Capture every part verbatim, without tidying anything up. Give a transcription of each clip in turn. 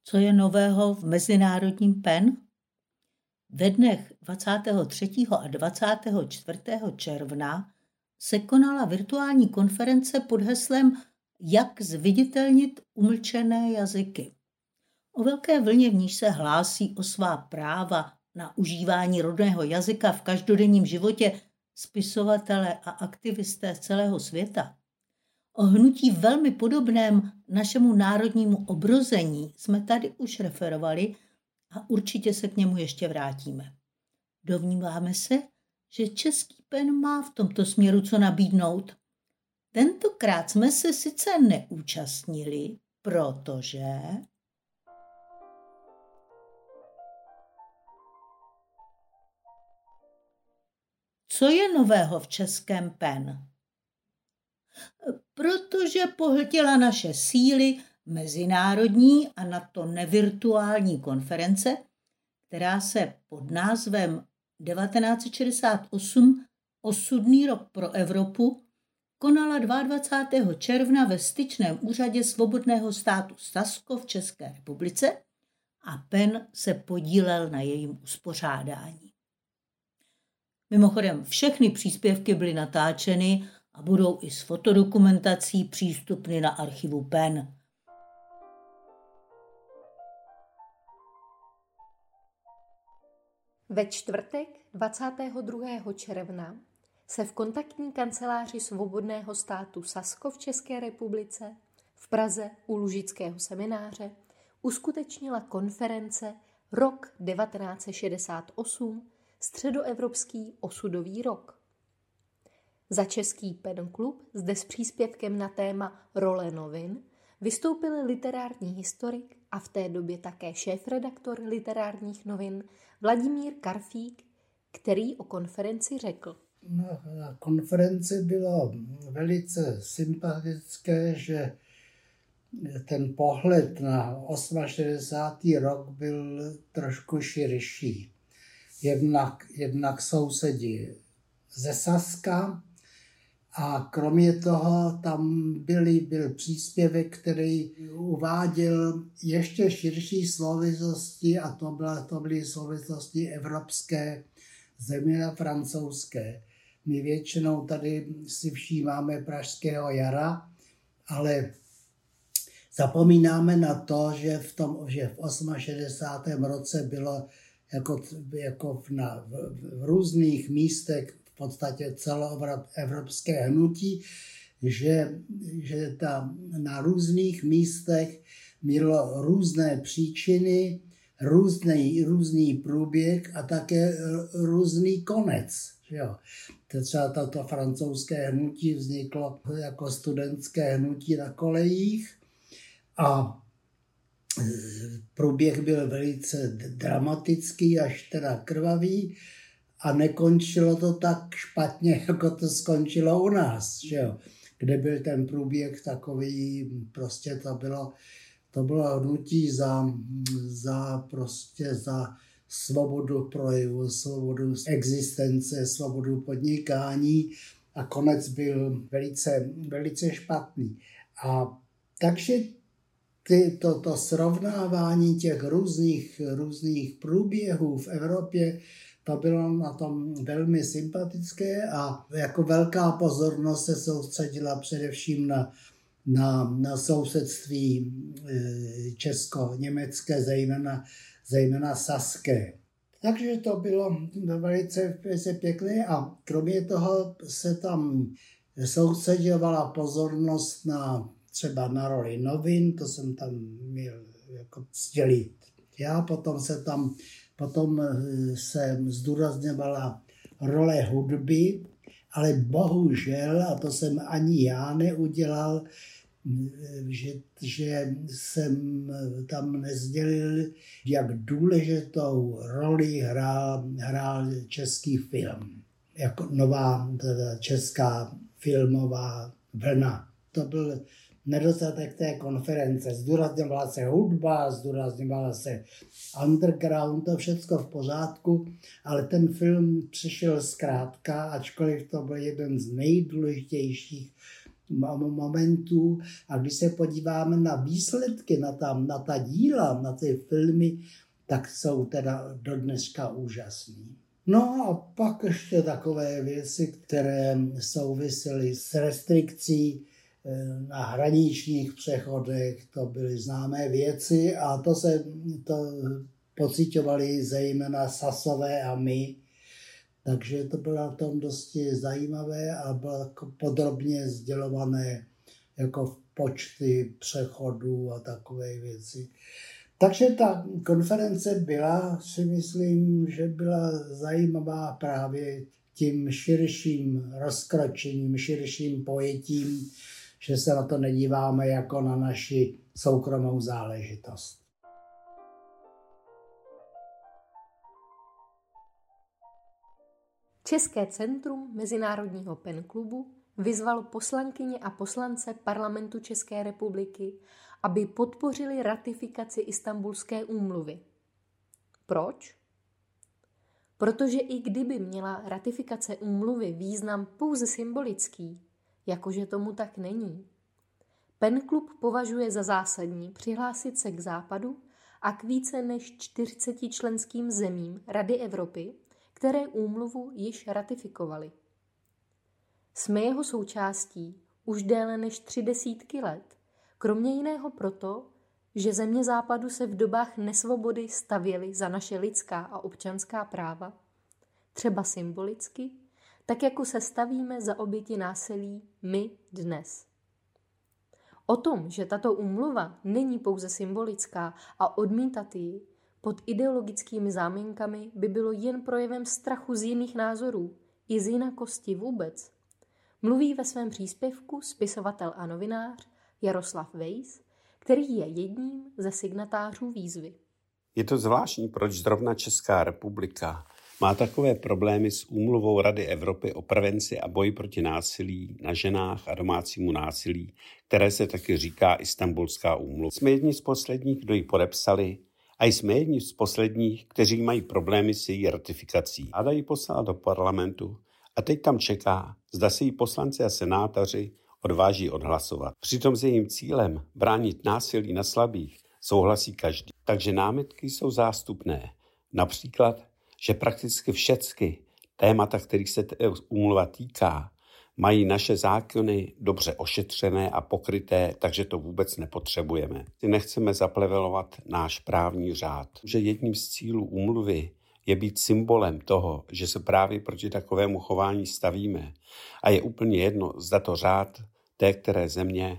Co je nového v Mezinárodním PEN? Ve dnech dvacátého třetího a dvacátého čtvrtého června se konala virtuální konference pod heslem Jak zviditelnit umlčené jazyky. O velké vlně, v níž se hlásí o svá práva na užívání rodného jazyka v každodenním životě spisovatelé a aktivisté z celého světa. O hnutí velmi podobném našemu národnímu obrození jsme tady už referovali a určitě se k němu ještě vrátíme. Domníváme se, že český PEN má v tomto směru co nabídnout. Tentokrát jsme se sice neúčastnili, protože... Co je nového v českém PEN? Protože pohltila naše síly mezinárodní a na to nevirtuální konference, která se pod názvem devatenáct set šedesát osm Osudný rok pro Evropu konala dvacátého druhého června ve styčném úřadě Svobodného státu Sasko v České republice a PEN se podílel na jejím uspořádání. Mimochodem, všechny příspěvky byly natáčeny a budou i s fotodokumentací přístupny na archivu PEN. Ve čtvrtek dvacátého druhého června se v kontaktní kanceláři Svobodného státu Sasko v České republice v Praze u Lužického semináře uskutečnila konference Rok devatenáct set šedesát osm Středoevropský osudový rok. Za Český PEN klub zde s příspěvkem na téma Role novin vystoupil literární historik a v té době také šéfredaktor literárních novin Vladimír Karfík, který o konferenci řekl. Na, na konferenci bylo velice sympatické, že ten pohled na šedesátý osmý rok byl trošku širší. Jednak, jednak sousedi ze Saska a kromě toho tam byly, byl příspěvek, který uváděl ještě širší souvislosti a to, byla, to byly souvislosti evropské, zejména francouzské. My většinou tady si všímáme Pražského jara, ale zapomínáme na to, že v, tom, že v šedesátém osmém roce bylo jako, jako na, v, v různých místech v podstatě celoevropské hnutí, že, že ta, na různých místech mělo různé příčiny, různý, různý průběh a také různý konec. Jo. To třeba toto francouzské hnutí vzniklo jako studentské hnutí na kolejích a průběh byl velice dramatický, až teda krvavý a nekončilo to tak špatně, jako to skončilo u nás, že jo? Kde byl ten průběh takový, prostě to bylo, to bylo hnutí za, za, prostě za svobodu projevu, svobodu existence, svobodu podnikání a konec byl velice, velice špatný. A takže ty, to, to srovnávání těch různých, různých průběhů v Evropě, to bylo na tom velmi sympatické a jako velká pozornost se soustředila především na, na, na sousedství česko-německé, zejména, zejména saské. Takže to bylo velice, velice pěkné a kromě toho se tam soustředovala pozornost na třeba na roli novin, to jsem tam měl jako sdělit. Já potom se tam, potom se zdůrazňovala role hudby, ale bohužel, a to jsem ani já neudělal, že, že jsem tam nezdělil, jak důležitou roli hrál, hrál český film. Jako nová teda česká filmová vlna. To byl nedostatek té konference. Zdůrazňovala se hudba, zdůrazňovala se underground, to všecko v pořádku, ale ten film přišel zkrátka, ačkoliv to byl jeden z nejdůležitějších momentů. A když se podíváme na výsledky, na ta, na ta díla, na ty filmy, tak jsou teda do dneška úžasný. No a pak ještě takové věci, které souvisely s restrikcí na hraničních přechodech, to byly známé věci a to se to pociťovali zejména Sasové a my. Takže to bylo na tom dosti zajímavé a bylo podrobně sdělované jako počty přechodů a takové věci. Takže ta konference byla, si myslím, že byla zajímavá právě tím širším rozkročením, širším pojetím, že se na to nedíváme jako na naši soukromou záležitost. České centrum Mezinárodního PEN klubu vyzvalo poslankyně a poslance Parlamentu České republiky, aby podpořili ratifikaci Istanbulské úmluvy. Proč? Protože i kdyby měla ratifikace úmluvy význam pouze symbolický, jakože tomu tak není, PEN klub považuje za zásadní přihlásit se k Západu a k více než čtyřiceti členským zemím Rady Evropy, které úmluvu již ratifikovaly. Jsme jeho součástí už déle než tři desítky let, kromě jiného proto, že země Západu se v dobách nesvobody stavěly za naše lidská a občanská práva, třeba symbolicky, tak jako se stavíme za oběti násilí my dnes. O tom, že tato úmluva není pouze symbolická a odmítat ji pod ideologickými záminkami by bylo jen projevem strachu z jiných názorů i z jinakosti vůbec, mluví ve svém příspěvku spisovatel a novinář Jaroslav Weiss, který je jedním ze signatářů výzvy. Je to zvláštní, proč zrovna Česká republika má takové problémy s úmluvou Rady Evropy o prevenci a boji proti násilí na ženách a domácímu násilí, které se taky říká Istanbulská úmluva. Jsme jedni z posledních, kdo ji podepsali, a jsme jedni z posledních, kteří mají problémy s její ratifikací. Vláda ji poslala do parlamentu a teď tam čeká, zda se jí poslanci a senátoři odváží odhlasovat. Přitom s jejím cílem bránit násilí na slabých souhlasí každý. Takže námitky jsou zástupné. Například, že prakticky všechny témata, kterých se úmluva týká, mají naše zákony dobře ošetřené a pokryté, takže to vůbec nepotřebujeme. Nechceme zaplevelovat náš právní řád. Že jedním z cílů úmluvy je být symbolem toho, že se právě proti takovému chování stavíme. A je úplně jedno, zda to řád té které země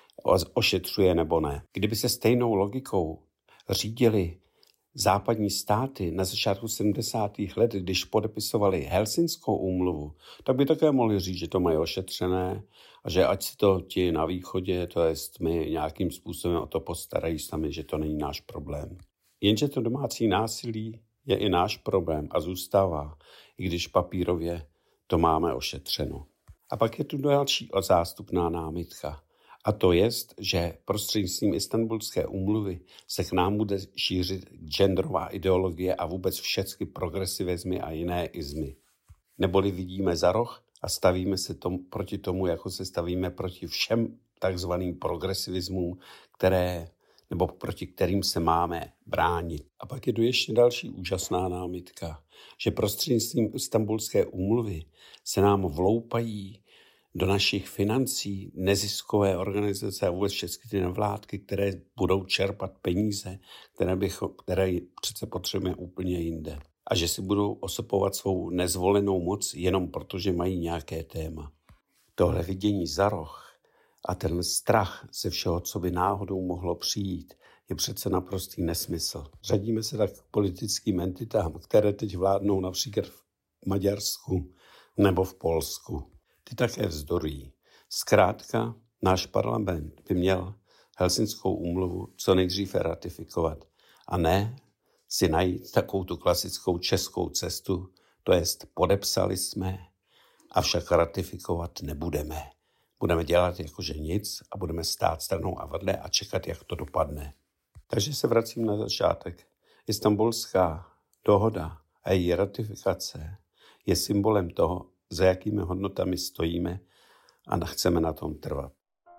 ošetřuje nebo ne. Kdyby se stejnou logikou řídili západní státy na začátku sedmdesátých let, když podepisovali Helsinskou úmluvu, tak by také mohli říct, že to mají ošetřené a že ať si to ti na východě, to jest my nějakým způsobem o to postarají sami, že to není náš problém. Jenže to domácí násilí je i náš problém a zůstává, i když papírově to máme ošetřeno. A pak je tu další zástupná námitka. A to je, že prostřednictvím Istanbulské úmluvy se k nám bude šířit genderová ideologie a vůbec všechny progresivismy a jiné izmy. Neboli vidíme za roh a stavíme se tom, proti tomu, jako se stavíme proti všem takzvaným progresivismům, které, nebo proti kterým se máme bránit. A pak je tu ještě další úžasná námitka, že prostřednictvím Istanbulské úmluvy se nám vloupají do našich financí neziskové organizace a vůbec všechny ty nevládky, které budou čerpat peníze, které, bych, které přece potřebujeme úplně jinde. A že si budou osopovat svou nezvolenou moc jenom proto, že mají nějaké téma. Tohle vidění za roh a ten strach ze všeho, co by náhodou mohlo přijít, je přece naprostý nesmysl. Řadíme se tak k politickým entitám, které teď vládnou například v Maďarsku nebo v Polsku. Ty také vzdorují. Zkrátka, náš parlament by měl Helsinskou úmluvu co nejdříve ratifikovat a ne si najít takovou tu klasickou českou cestu, to jest podepsali jsme, avšak ratifikovat nebudeme. Budeme dělat jakože nic a budeme stát stranou a vedle a čekat, jak to dopadne. Takže se vracím na začátek. Istanbulská dohoda a její ratifikace je symbolem toho, za jakými hodnotami stojíme a chceme na tom trvat.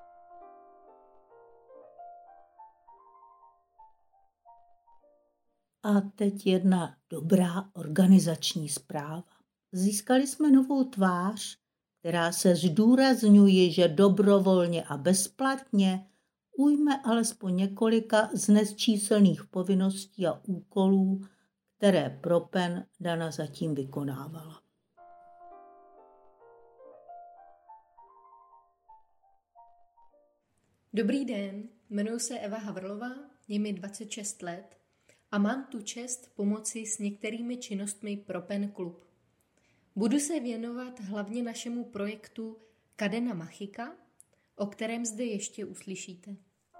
A teď jedna dobrá organizační zpráva. Získali jsme novou tvář, která se zdůrazňuje, že dobrovolně a bezplatně ujme alespoň několika z nesčíselných povinností a úkolů, které pro PEN Dana zatím vykonávala. Dobrý den, jmenuji se Eva Havrlová, je mi dvacet šest let a mám tu čest pomoci s některými činnostmi pro PEN klub. Budu se věnovat hlavně našemu projektu Kadena Machika, o kterém zde ještě uslyšíte.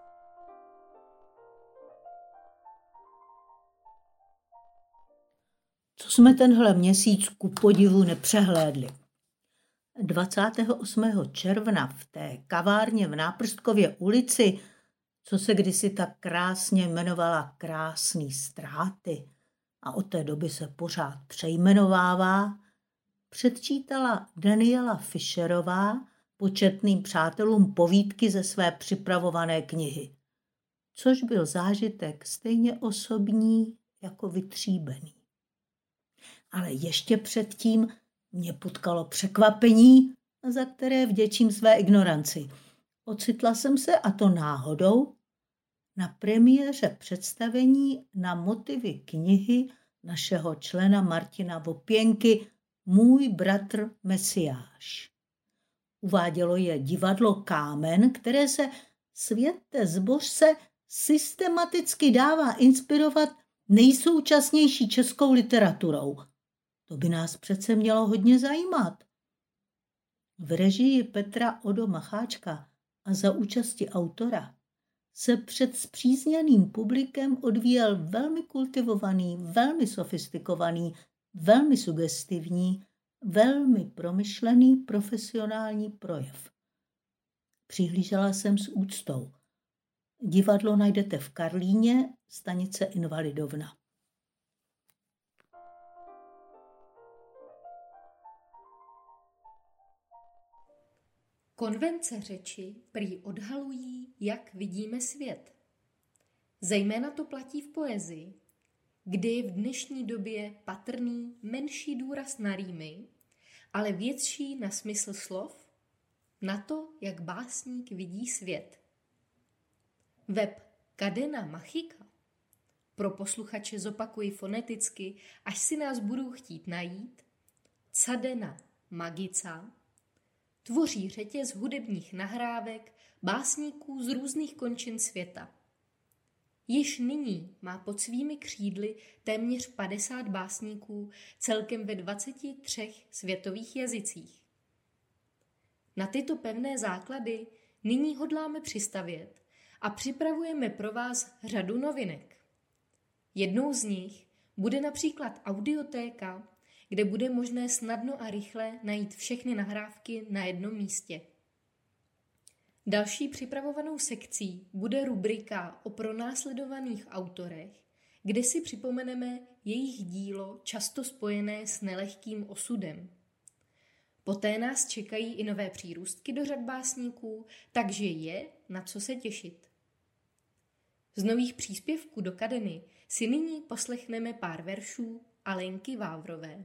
Co jsme tenhle měsíc ku podivu nepřehlédli. dvacátého osmého června v té kavárně v Náprstkově ulici, co se kdysi tak krásně jmenovala Krásný Ztráty a od té doby se pořád přejmenovává, předčítala Daniela Fischerová početným přátelům povídky ze své připravované knihy, což byl zážitek stejně osobní jako vytříbený. Ale ještě předtím mě potkalo překvapení, za které vděčím své ignoranci. Ocitla jsem se, a to náhodou, na premiéře představení na motivy knihy našeho člena Martina Vopěnky Můj bratr Mesiáš. Uvádělo je divadlo Kámen, které se, světe zboř se, systematicky dává inspirovat nejsoučasnější českou literaturou. To by nás přece mělo hodně zajímat. V režii Petra Odo Macháčka a za účasti autora se před spřízněným publikem odvíjel velmi kultivovaný, velmi sofistikovaný, velmi sugestivní, velmi promyšlený profesionální projev. Přihlížela jsem s úctou. Divadlo najdete v Karlíně, stanice Invalidovna. Konvence řeči prý odhalují, jak vidíme svět. Zejména to platí v poezii, kdy je v dnešní době patrný menší důraz na rýmy, ale větší na smysl slov, na to, jak básník vidí svět. Web Kadena Machika, pro posluchače zopakuji foneticky, až si nás budou chtít najít, Cadena Magica, tvoří řetěz hudebních nahrávek básníků z různých končin světa. Již nyní má pod svými křídly téměř padesát básníků celkem ve dvaceti třech světových jazycích. Na tyto pevné základy nyní hodláme přistavět a připravujeme pro vás řadu novinek. Jednou z nich bude například audiotéka, kde bude možné snadno a rychle najít všechny nahrávky na jednom místě. Další připravovanou sekcí bude rubrika o pronásledovaných autorech, kde si připomeneme jejich dílo často spojené s nelehkým osudem. Poté nás čekají i nové přírůstky do řad básníků, takže je na co se těšit. Z nových příspěvků do Kadeny si nyní poslechneme pár veršů Alenky Vávrové.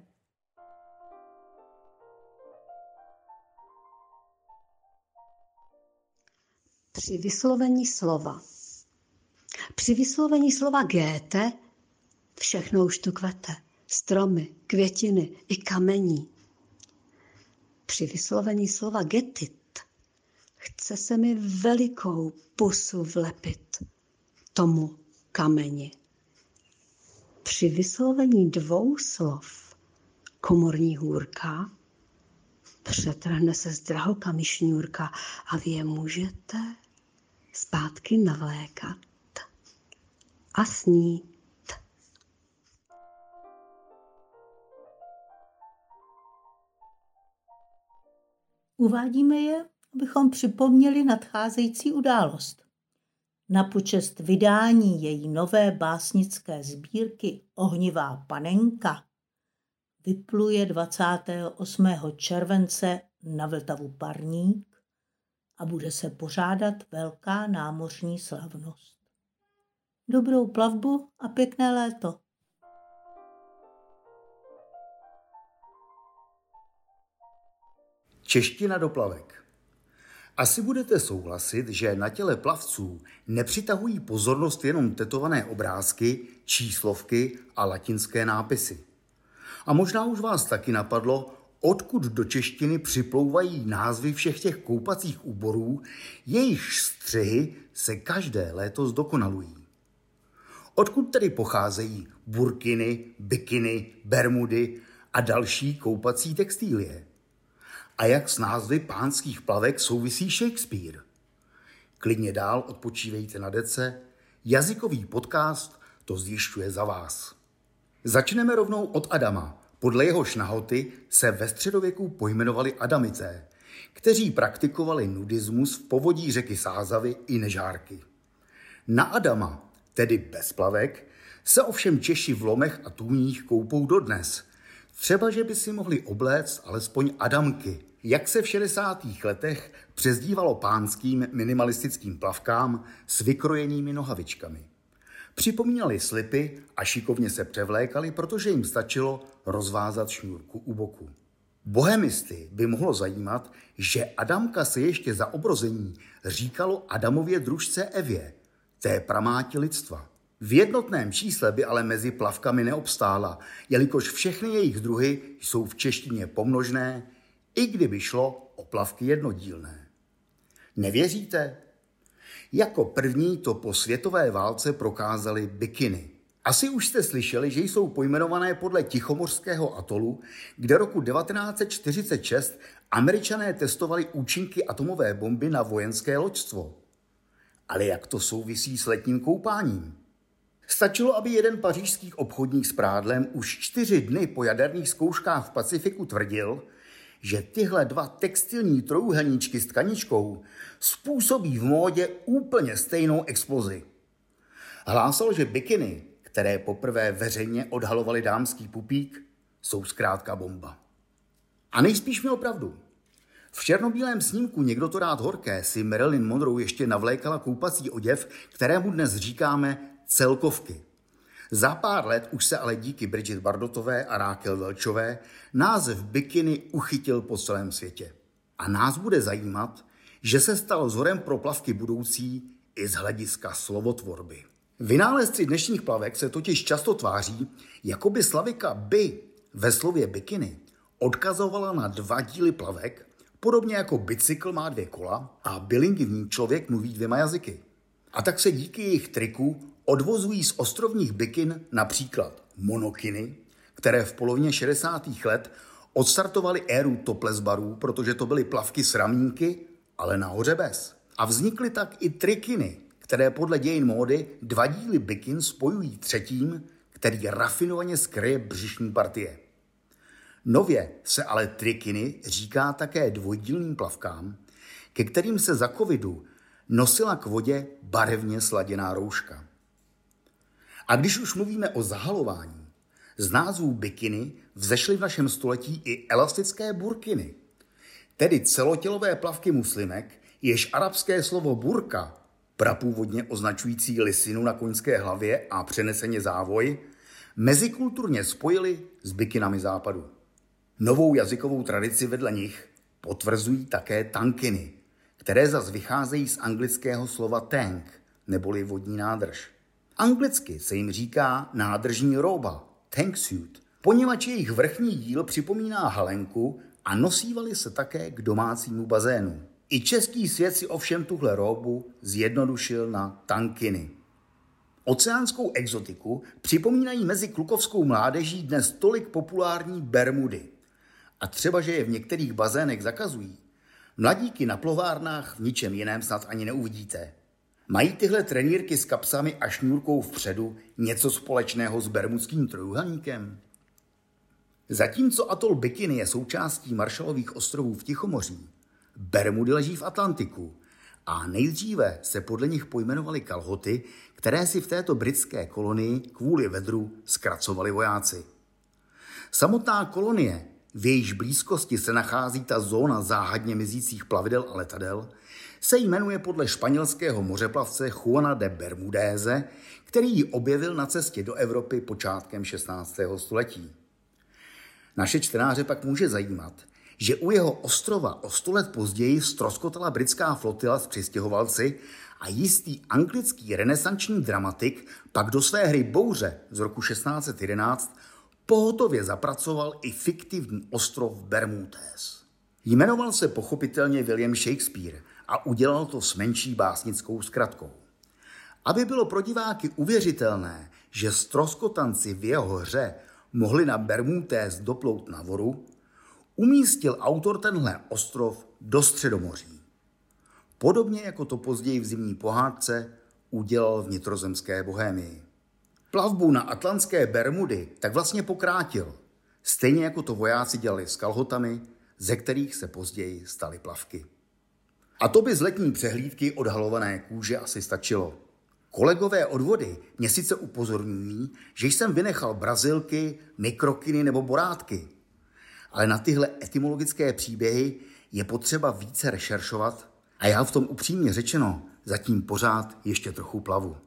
Při vyslovení slova. Při vyslovení slova géte všechno už tu kvete. Stromy, květiny i kamení. Při vyslovení slova getit chce se mi velikou pusu vlepit tomu kameni. Při vyslovení dvou slov komorní hůrka přetrhne se z drahokamy šňůrka a vy je můžete zpátky navlékat a snít. Uvádíme je, abychom připomněli nadcházející událost. Na počest vydání její nové básnické sbírky Ohnivá panenka vypluje dvacátého osmého července na Vltavu parník a bude se pořádat velká námořní slavnost. Dobrou plavbu a pěkné léto. Čeština do plavek. Asi budete souhlasit, že na těle plavců nepřitahují pozornost jenom tetované obrázky, číslovky a latinské nápisy. A možná už vás taky napadlo, odkud do češtiny připlouvají názvy všech těch koupacích úborů, jejichž střihy se každé léto zdokonalují. Odkud tedy pocházejí burkiny, bikiny, bermudy a další koupací textílie? A jak s názvy pánských plavek souvisí Shakespeare? Klidně dál odpočívejte na dece, jazykový podcast to zjišťuje za vás. Začneme rovnou od Adama. Podle jehož nahoty se ve středověku pojmenovali Adamité, kteří praktikovali nudismus v povodí řeky Sázavy i Nežárky. Na Adama, tedy bez plavek, se ovšem Češi v lomech a tůních koupou dodnes. Třeba, že by si mohli obléct alespoň adamky, jak se v šedesátých letech přezdívalo pánským minimalistickým plavkám s vykrojenými nohavičkami. Připomínali slipy a šikovně se převlékali, protože jim stačilo rozvázat šňůrku u boku. Bohemisty by mohlo zajímat, že Adamka se ještě za obrození říkalo Adamově družce Evě, té pramáti lidstva. V jednotném čísle by ale mezi plavkami neobstála, jelikož všechny jejich druhy jsou v češtině pomnožné, i kdyby šlo o plavky jednodílné. Nevěříte? Jako první to po světové válce prokázali bikiny. Asi už jste slyšeli, že jsou pojmenované podle Tichomořského atolu, kde roku devatenáct set čtyřicet šest Američané testovali účinky atomové bomby na vojenské loďstvo. Ale jak to souvisí s letním koupáním? Stačilo, aby jeden pařížský obchodník s prádlem už čtyři dny po jaderných zkouškách v Pacifiku tvrdil, že tyhle dva textilní trojúhelníčky s tkaničkou způsobí v módě úplně stejnou explozi. Hlásal, že bikiny, které poprvé veřejně odhalovaly dámský pupík, jsou zkrátka bomba. A nejspíš měl pravdu. V černobílém snímku Někdo to rád horké si Marilyn Monroe ještě navlékala koupací oděv, kterému dnes říkáme celkovky. Za pár let už se ale díky Bridget Bardotové a Rákel Velčové název bikiny uchytil po celém světě. A nás bude zajímat, že se stal vzorem pro plavky budoucí i z hlediska slovotvorby. Vynálezci dnešních plavek se totiž často tváří, jako by slavika by ve slově bikiny odkazovala na dva díly plavek, podobně jako bicykl má dvě kola a bilingvní člověk mluví dvěma jazyky. A tak se díky jejich triku odvozují z ostrovních bikin například monokiny, které v polovině šedesátých let odstartovaly éru topless barů, protože to byly plavky s ramínky, ale nahoře bez. A vznikly tak i trikiny, které podle dějin módy dva díly bikin spojují třetím, který rafinovaně skryje břišní partie. Nově se ale trikiny říká také dvojdílným plavkám, ke kterým se za covidu nosila k vodě barevně sladěná rouška. A když už mluvíme o zahalování, z názvů bikiny vzešly v našem století i elastické burkiny, tedy celotělové plavky muslimek, jež arabské slovo burka, prapůvodně označující lisinu na koňské hlavě a přeneseně závoj, mezikulturně spojili s bikinami západu. Novou jazykovou tradici vedle nich potvrzují také tankiny, které zas vycházejí z anglického slova tank, neboli vodní nádrž. Anglicky se jim říká nádržní rouba, tanksuit, poněvadž jejich vrchní díl připomíná halenku a nosívali se také k domácímu bazénu. I český svět si ovšem tuhle roubu zjednodušil na tankiny. Oceánskou exotiku připomínají mezi klukovskou mládeží dnes tolik populární bermudy. A třeba, že je v některých bazénech zakazují, mladíky na plovárnách v ničem jiném snad ani neuvidíte. Mají tyhle trenýrky s kapsami a šňůrkou vpředu něco společného s bermudským trojúhelníkem? Zatímco atol Bikiny je součástí Marshallových ostrovů v Tichomoří, Bermudy leží v Atlantiku a nejdříve se podle nich pojmenovaly kalhoty, které si v této britské kolonii kvůli vedru zkracovali vojáci. Samotná kolonie v jejíž blízkosti se nachází ta zóna záhadně mizících plavidel a letadel, se jmenuje podle španělského mořeplavce Juana de Bermudéze, který ji objevil na cestě do Evropy počátkem šestnáctého století. Naše čtenáře pak může zajímat, že u jeho ostrova o sto let později ztroskotala britská flotila s přistěhovalci a jistý anglický renesanční dramatik pak do své hry Bouře z roku šestnáct set jedenáct pohotově zapracoval i fiktivní ostrov Bermúdez. Jmenoval se pochopitelně William Shakespeare a udělal to s menší básnickou zkratkou. Aby bylo pro diváky uvěřitelné, že ztroskotanci v jeho hře mohli na Bermúdez doplout na vodu, umístil autor tenhle ostrov do Středomoří. Podobně jako to později v zimní pohádce udělal v vnitrozemské Bohémii. Plavbu na atlantské Bermudy tak vlastně pokrátil, stejně jako to vojáci dělali s kalhotami, ze kterých se později staly plavky. A to by z letní přehlídky odhalované kůže asi stačilo. Kolegové od vody mě sice upozorňují, že jsem vynechal brazilky, mikrokiny nebo borátky, ale na tyhle etymologické příběhy je potřeba více rešeršovat a já v tom upřímně řečeno zatím pořád ještě trochu plavu.